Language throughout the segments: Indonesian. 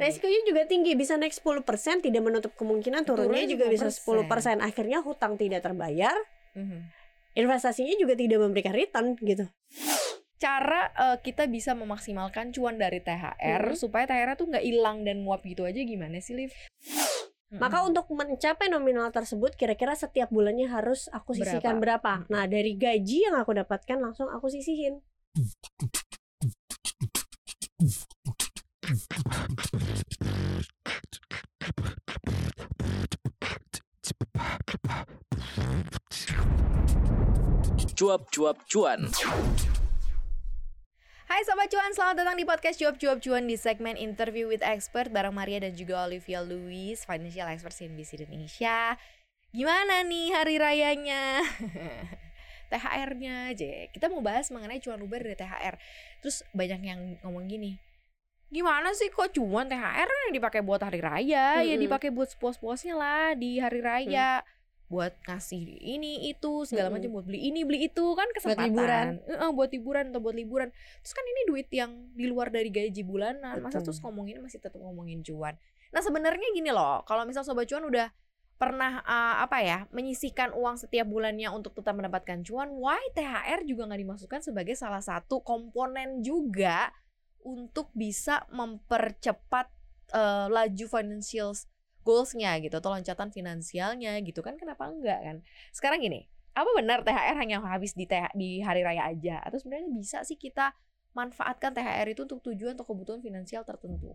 Resikonya juga tinggi, bisa naik 10%, tidak menutup kemungkinan turunnya juga bisa 10%. Akhirnya hutang tidak terbayar, investasinya juga tidak memberikan return gitu. Cara kita bisa memaksimalkan cuan dari THR supaya THR tuh nggak hilang dan nguap gitu aja gimana sih, Liv? Maka untuk mencapai nominal tersebut, kira-kira setiap bulannya harus aku sisihkan berapa? Nah, dari gaji yang aku dapatkan langsung aku sisihin. Cuap-cuap cuan. Hai Sobat Cuan, selamat datang di podcast Cuap-Cuap Cuan di segmen Interview with Expert bareng Maria dan juga Olivia Louis, Financial Expert CNBC Indonesia. Gimana nih hari rayanya? THR-nya aja. Kita mau bahas mengenai cuan Uber dari THR. Terus banyak yang ngomong gini, gimana sih kok cuan THR yang dipakai buat hari raya? Ya dipakai buat sepuas-puasnya lah di hari raya. Buat ngasih ini itu segala macam, buat beli ini beli itu kan kesempatan buat hiburan atau buat liburan. Terus kan ini duit yang di luar dari gaji bulanan. Masa terus ngomongin masih tetap ngomongin cuan. Nah sebenarnya gini loh, kalau misal Sobat Cuan udah pernah menyisihkan uang setiap bulannya untuk tetap mendapatkan cuan, why THR juga nggak dimasukkan sebagai salah satu komponen juga untuk bisa mempercepat laju financial goals-nya gitu, atau loncatan finansialnya gitu kan, kenapa enggak kan? Sekarang gini, apa benar THR hanya habis di hari raya aja? Atau sebenarnya bisa sih kita manfaatkan THR itu untuk tujuan atau kebutuhan finansial tertentu?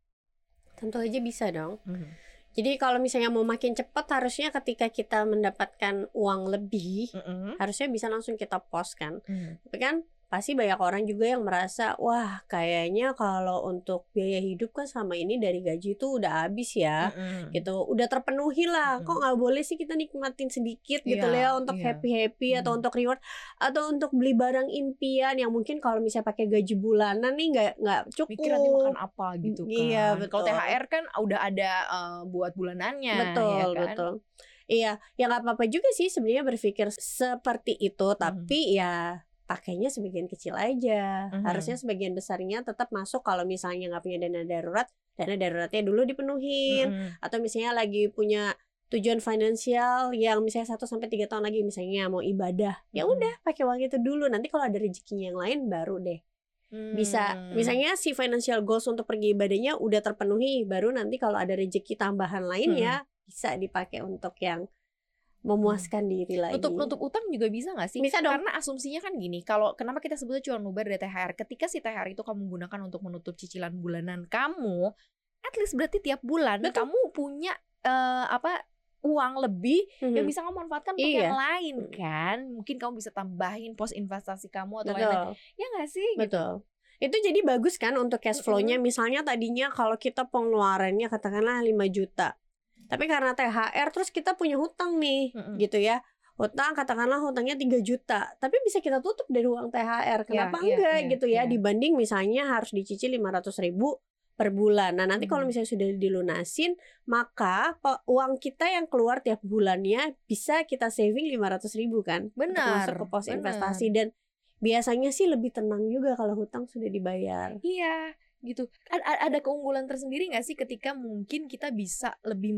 Tentu aja bisa dong. Jadi kalau misalnya mau makin cepat, harusnya ketika kita mendapatkan uang lebih, harusnya bisa langsung kita post kan. Tapi kan pasti banyak orang juga yang merasa, wah kayaknya kalau untuk biaya hidup kan selama ini dari gaji itu udah habis ya, gitu, udah terpenuhi lah, kok nggak boleh sih kita nikmatin sedikit gitu ya untuk happy atau untuk reward atau untuk beli barang impian yang mungkin kalau misalnya pakai gaji bulanan nih nggak cukup. Mikir nanti makan apa gitu kan. Iya, betul. Kalau THR kan udah ada buat bulanannya. Betul, ya kan? betul. Iya, ya nggak apa-apa juga sih sebenarnya berpikir seperti itu, tapi ya pakainya sebagian kecil aja. Harusnya sebagian besarnya tetap masuk kalau misalnya nggak punya dana daruratnya dulu dipenuhin. Atau misalnya lagi punya tujuan finansial yang misalnya 1-3 tahun lagi misalnya mau ibadah, ya udah pakai uang itu dulu. Nanti kalau ada rezekinya yang lain baru deh bisa, misalnya si financial goals untuk pergi ibadahnya udah terpenuhi, baru nanti kalau ada rezeki tambahan lain ya bisa dipakai untuk yang memuaskan diri lagi. Nutup utang juga bisa nggak sih? Bisa dong. Karena asumsinya kan gini, kalau kenapa kita sebutnya cuan Uber dari THR? Ketika si THR itu kamu gunakan untuk menutup cicilan bulanan kamu, at least berarti tiap bulan kamu punya uang lebih yang bisa kamu manfaatkan untuk yang lain kan? Mungkin kamu bisa tambahin pos investasi kamu atau lain-lain. Ya nggak sih? Betul. Itu jadi bagus kan untuk cash flow-nya. Misalnya tadinya kalau kita pengeluarannya katakanlah 5 juta. Tapi karena THR terus kita punya hutang nih, gitu ya. Hutang katakanlah hutangnya 3 juta, tapi bisa kita tutup dari uang THR. Kenapa enggak gitu ya? Dibanding misalnya harus dicicil 500.000 per bulan. Nah, nanti kalau misalnya sudah dilunasin, maka uang kita yang keluar tiap bulannya bisa kita saving 500.000 kan. Benar. Masuk ke pos investasi, dan biasanya sih lebih tenang juga kalau hutang sudah dibayar. Iya, gitu. Ada keunggulan tersendiri nggak sih ketika mungkin kita bisa lebih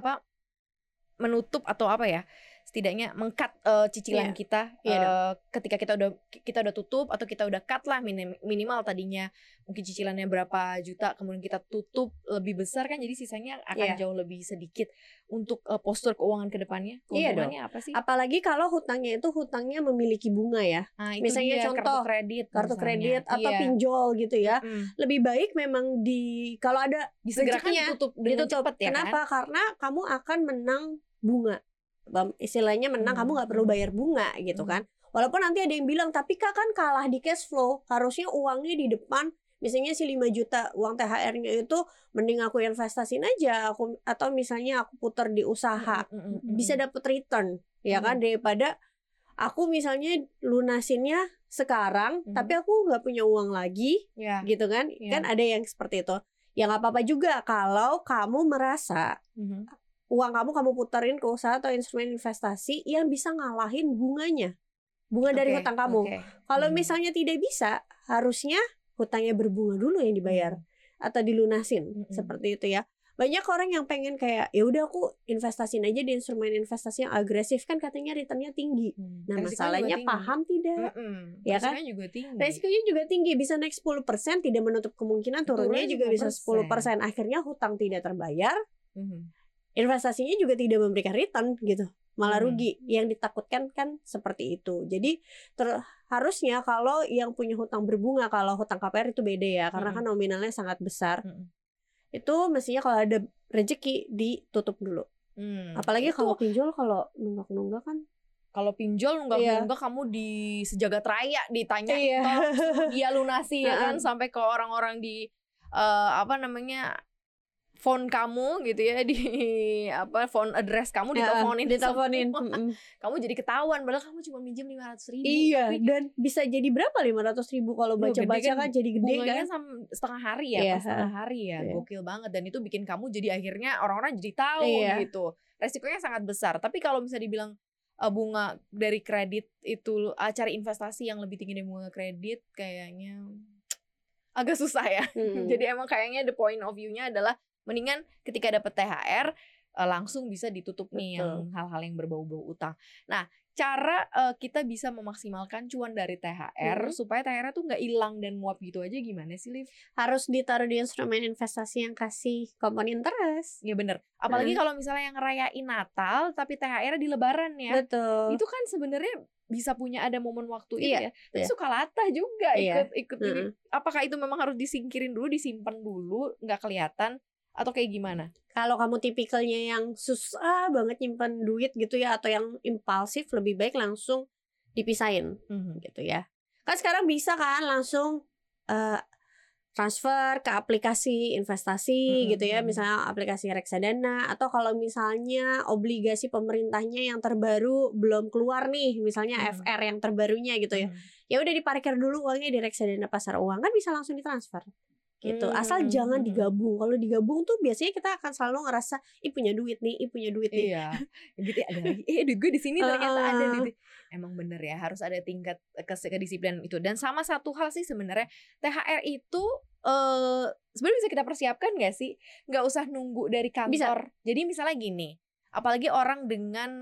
menutup atau setidaknya meng-cut cicilan kita ketika kita udah tutup atau kita udah cut lah minimal tadinya mungkin cicilannya berapa juta, kemudian kita tutup lebih besar kan, jadi sisanya akan jauh lebih sedikit untuk postur keuangan ke depannya. Keuntungannya apa sih? Apalagi kalau hutangnya memiliki bunga ya. Nah, misalnya contoh kartu kredit atau pinjol gitu ya. Lebih baik memang kalau ada disegerakan ditutup cepat ya. Kenapa? Kan? Karena kamu akan menang bunga. Istilahnya menang, kamu nggak perlu bayar bunga gitu kan. Walaupun nanti ada yang bilang, tapi Kak kan kalah di cash flow, harusnya uangnya di depan, misalnya si 5 juta uang THR-nya itu mending aku investasiin aja, atau misalnya aku putar di usaha, bisa dapet return ya kan, daripada aku misalnya lunasinnya sekarang tapi aku nggak punya uang lagi gitu kan. Kan ada yang seperti itu. Ya nggak apa-apa juga kalau kamu merasa uang kamu puterin ke usaha atau instrumen investasi yang bisa ngalahin bunga dari hutang kamu. Kalau misalnya tidak bisa, harusnya hutangnya berbunga dulu yang dibayar. atau dilunasin seperti itu ya. Banyak orang yang pengen kayak ya udah aku investasiin aja di instrumen investasi yang agresif kan katanya returnnya tinggi. Nah, masalahnya paham tidak? Ya kan? Resikonya juga tinggi, bisa naik 10%, tidak menutup kemungkinan turunnya juga bisa 10%. Akhirnya hutang tidak terbayar. Investasinya juga tidak memberikan return gitu. Malah rugi. Yang ditakutkan kan seperti itu. Jadi harusnya kalau yang punya hutang berbunga, kalau hutang KPR itu beda ya, karena kan nominalnya sangat besar. Itu mestinya kalau ada rezeki ditutup dulu. Apalagi kalau pinjol, kalau nunggak-nunggak kan. Kalau pinjol nunggak-nunggak kamu di sejagat raya ditanya tolong dia lunasi ya kan, sampai ke orang-orang di phone kamu gitu ya, di phone address kamu diteleponin. Kamu jadi ketahuan padahal kamu cuma minjem 500.000. Iya, dan bisa jadi berapa 500.000 kalau baca-baca kan jadi gede bunganya kan. Setengah hari ya, setengah hari ya. Gokil banget, dan itu bikin kamu jadi akhirnya orang-orang jadi tahu gitu. Resikonya sangat besar. Tapi kalau misalnya dibilang bunga dari kredit itu cari investasi yang lebih tinggi dari bunga kredit kayaknya agak susah ya. Jadi emang kayaknya the point of view-nya adalah mendingan ketika dapat THR langsung bisa ditutup nih yang hal-hal yang berbau-bau utang. Nah, cara kita bisa memaksimalkan cuan dari THR supaya THR tuh nggak hilang dan nguap gitu aja gimana sih, Liv? Harus ditaruh di instrumen investasi yang kasih compound interest. Ya bener. Apalagi kalau misalnya yang ngerayain Natal tapi THR di Lebaran ya. Betul. Itu kan sebenarnya bisa punya ada momen waktu itu ya. Tapi suka latah juga ikut ini. Apakah itu memang harus disingkirin dulu, disimpan dulu, nggak kelihatan? Atau kayak gimana? Kalau kamu tipikalnya yang susah banget nyimpan duit gitu ya, atau yang impulsif, lebih baik langsung dipisahin gitu ya. Kan sekarang bisa kan langsung transfer ke aplikasi investasi gitu ya, misalnya aplikasi reksadana, atau kalau misalnya obligasi pemerintahnya yang terbaru belum keluar nih, misalnya FR yang terbarunya gitu ya, ya udah diparkir dulu uangnya di reksadana pasar uang, kan bisa langsung ditransfer. Gitu. Asal jangan digabung. Kalau digabung tuh biasanya kita akan selalu ngerasa punya duit nih. Iya. Gitu ada lagi. Duit gue di sini ternyata ada duit. Emang bener ya, harus ada tingkat kedisiplinan itu. Dan sama satu hal sih sebenarnya, THR itu sebenarnya bisa kita persiapkan gak sih? Gak usah nunggu dari kantor. Bisa. Jadi misalnya gini, apalagi orang dengan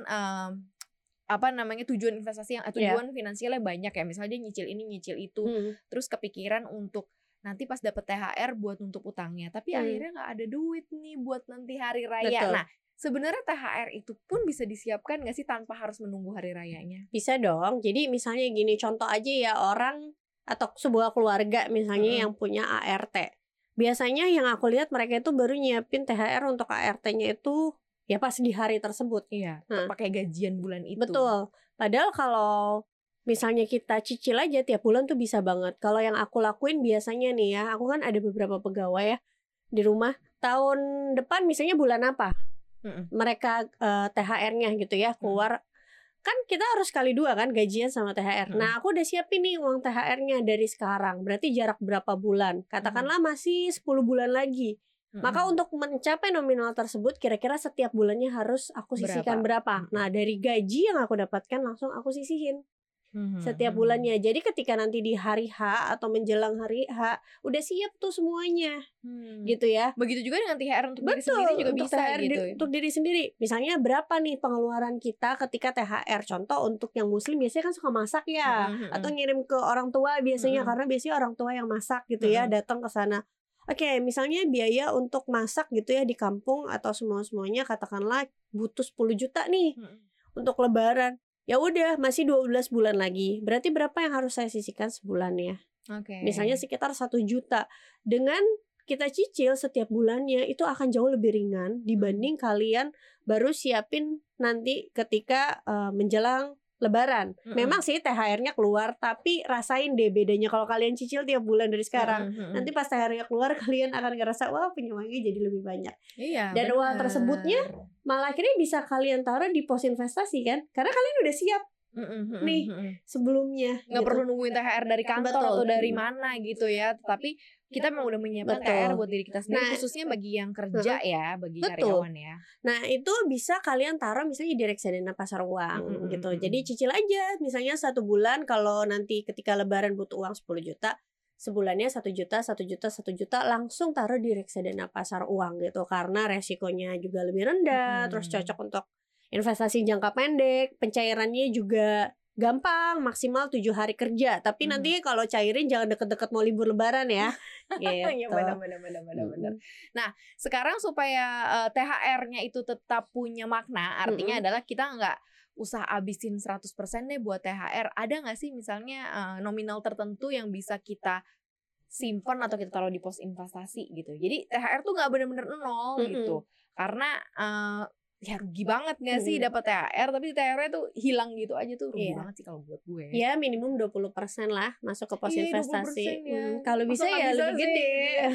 tujuan investasi yang tujuan finansialnya banyak ya. Misalnya dia nyicil ini, nyicil itu, terus kepikiran untuk nanti pas dapet THR buat nutup utangnya, tapi akhirnya nggak ada duit nih buat nanti hari raya. Betul. Nah, sebenarnya THR itu pun bisa disiapkan nggak sih tanpa harus menunggu hari rayanya? Bisa dong. Jadi misalnya gini, contoh aja ya, orang atau sebuah keluarga misalnya yang punya ART. Biasanya yang aku lihat mereka itu baru nyiapin THR untuk ART-nya itu ya pas di hari tersebut. Iya, pakai gajian bulan itu. Betul. Padahal kalau misalnya kita cicil aja tiap bulan tuh bisa banget. Kalau yang aku lakuin biasanya nih ya, aku kan ada beberapa pegawai ya di rumah. Tahun depan misalnya bulan apa? Mereka THR-nya gitu ya keluar. Kan kita harus kali 2 kan gajian sama THR. Nah, aku udah siapin nih uang THR-nya dari sekarang. Berarti jarak berapa bulan? Katakanlah masih 10 bulan lagi. Maka untuk mencapai nominal tersebut kira-kira setiap bulannya harus aku sisihkan berapa? Nah, dari gaji yang aku dapatkan langsung aku sisihin setiap bulannya. Jadi ketika nanti di hari H atau menjelang hari H udah siap tuh semuanya. Gitu ya. Begitu juga dengan THR untuk diri sendiri juga untuk bisa THR gitu. Untuk diri sendiri. Misalnya berapa nih pengeluaran kita ketika THR. Contoh untuk yang muslim biasanya kan suka masak ya, atau ngirim ke orang tua biasanya, karena biasanya orang tua yang masak gitu ya, datang ke sana. Oke, misalnya biaya untuk masak gitu ya di kampung atau semuanya katakanlah butuh 10 juta nih untuk lebaran. Ya udah, masih 12 bulan lagi. Berarti berapa yang harus saya sisihkan sebulannya? Misalnya sekitar 1 juta. Dengan kita cicil setiap bulannya itu akan jauh lebih ringan dibanding kalian baru siapin nanti ketika menjelang lebaran. Memang sih THR-nya keluar, tapi rasain deh bedanya kalau kalian cicil tiap bulan dari sekarang. Nanti pas THR-nya keluar kalian akan ngerasa wah punya uangnya jadi lebih banyak. Iya, dan bener. uang tersebutnya malah akhirnya bisa kalian taruh di pos investasi kan, karena kalian udah siap nih sebelumnya. Nggak perlu nungguin THR dari kantor atau dari mana gitu ya, tapi kita memang udah menyiapkan THR buat diri kita sendiri, khususnya bagi yang kerja ya, bagi karyawan ya. Nah itu bisa kalian taruh misalnya di reksadana pasar uang gitu. Jadi cicil aja misalnya 1 bulan, kalau nanti ketika lebaran butuh uang 10 juta, sebulannya 1 juta, 1 juta, 1 juta langsung taruh di reksadana pasar uang gitu karena resikonya juga lebih rendah, terus cocok untuk investasi jangka pendek, pencairannya juga gampang, maksimal 7 hari kerja. Tapi nanti kalau cairin jangan deket-deket mau libur lebaran ya. Gitu. Iya benar. Nah, sekarang supaya THR-nya itu tetap punya makna, artinya adalah kita nggak usah abisin 100% deh buat THR. Ada nggak sih misalnya nominal tertentu yang bisa kita simpan atau kita taruh di pos investasi gitu. Jadi THR tuh nggak benar-benar nol gitu. Karena ya rugi banget nggak sih dapat THR, tapi THR-nya tuh hilang gitu aja tuh rugi banget sih kalau buat gue. Ya minimum 20% lah masuk ke pos investasi. Kalau bisa Masa ya bisa lebih gede.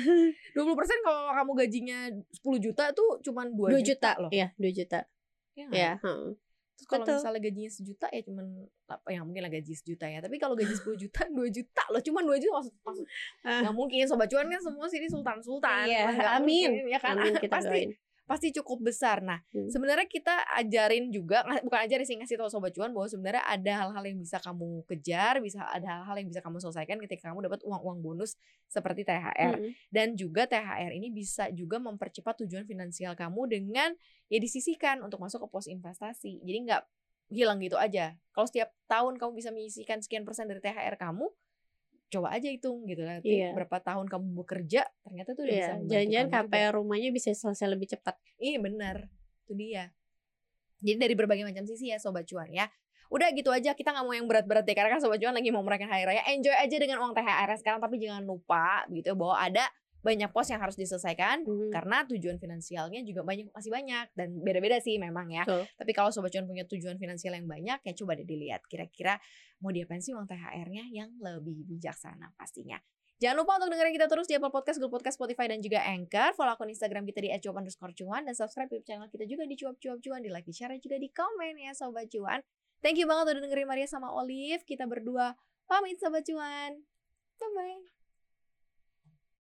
20% kalau kamu gajinya 10 juta tuh cuma 2 juta loh. Iya, 2 juta. Ya. Terus kalau Betul. misalnya gajinya 1 juta ya cuman apa ya mungkin lah gaji 1 juta ya. Tapi kalau gaji 10 juta 2 juta loh, cuman 2 juta maksud nggak mungkin. Sobat cuan kan semua sini sultan. Iya, amin. Mungkin, ya kan? Amin kita doain. Pasti cukup besar. Nah, sebenarnya kita ajarin juga, bukan ajarin sih, ngasih tahu sobat cuan bahwa sebenarnya ada hal-hal yang bisa kamu kejar, bisa ada hal-hal yang bisa kamu selesaikan ketika kamu dapat uang-uang bonus seperti THR. Dan juga THR ini bisa juga mempercepat tujuan finansial kamu dengan ya disisihkan untuk masuk ke pos investasi. Jadi nggak hilang gitu aja. Kalau setiap tahun kamu bisa menyisihkan sekian persen dari THR kamu, coba aja hitung gitu lah. Berapa tahun kamu bekerja ternyata tuh udah bisa membantu jangan-jangan kamu juga. KPR rumahnya bisa selesai lebih cepat. Iya benar, itu dia. Jadi dari berbagai macam sisi ya sobat cuan ya. Udah gitu aja, kita nggak mau yang berat-berat deh karena kan sobat cuan lagi mau merayakan hari raya. Enjoy aja dengan uang THR sekarang, tapi jangan lupa gitu bahwa ada banyak pos yang harus diselesaikan karena tujuan finansialnya juga masih banyak dan beda-beda sih memang ya. Tapi kalau sobat cuan punya tujuan finansial yang banyak ya coba deh dilihat kira-kira mau diapain sih uang THR-nya yang lebih bijaksana pastinya. Jangan lupa untuk dengerin kita terus di Apple Podcast, Google Podcast, Spotify dan juga Anchor. Follow akun Instagram kita di @cuap_cuan dan subscribe YouTube channel kita juga di cuap-cuap-cuan, di like, di share juga di komen ya sobat cuan. Thank you banget udah dengerin Maria sama Olive. Kita berdua pamit sobat cuan. Bye bye.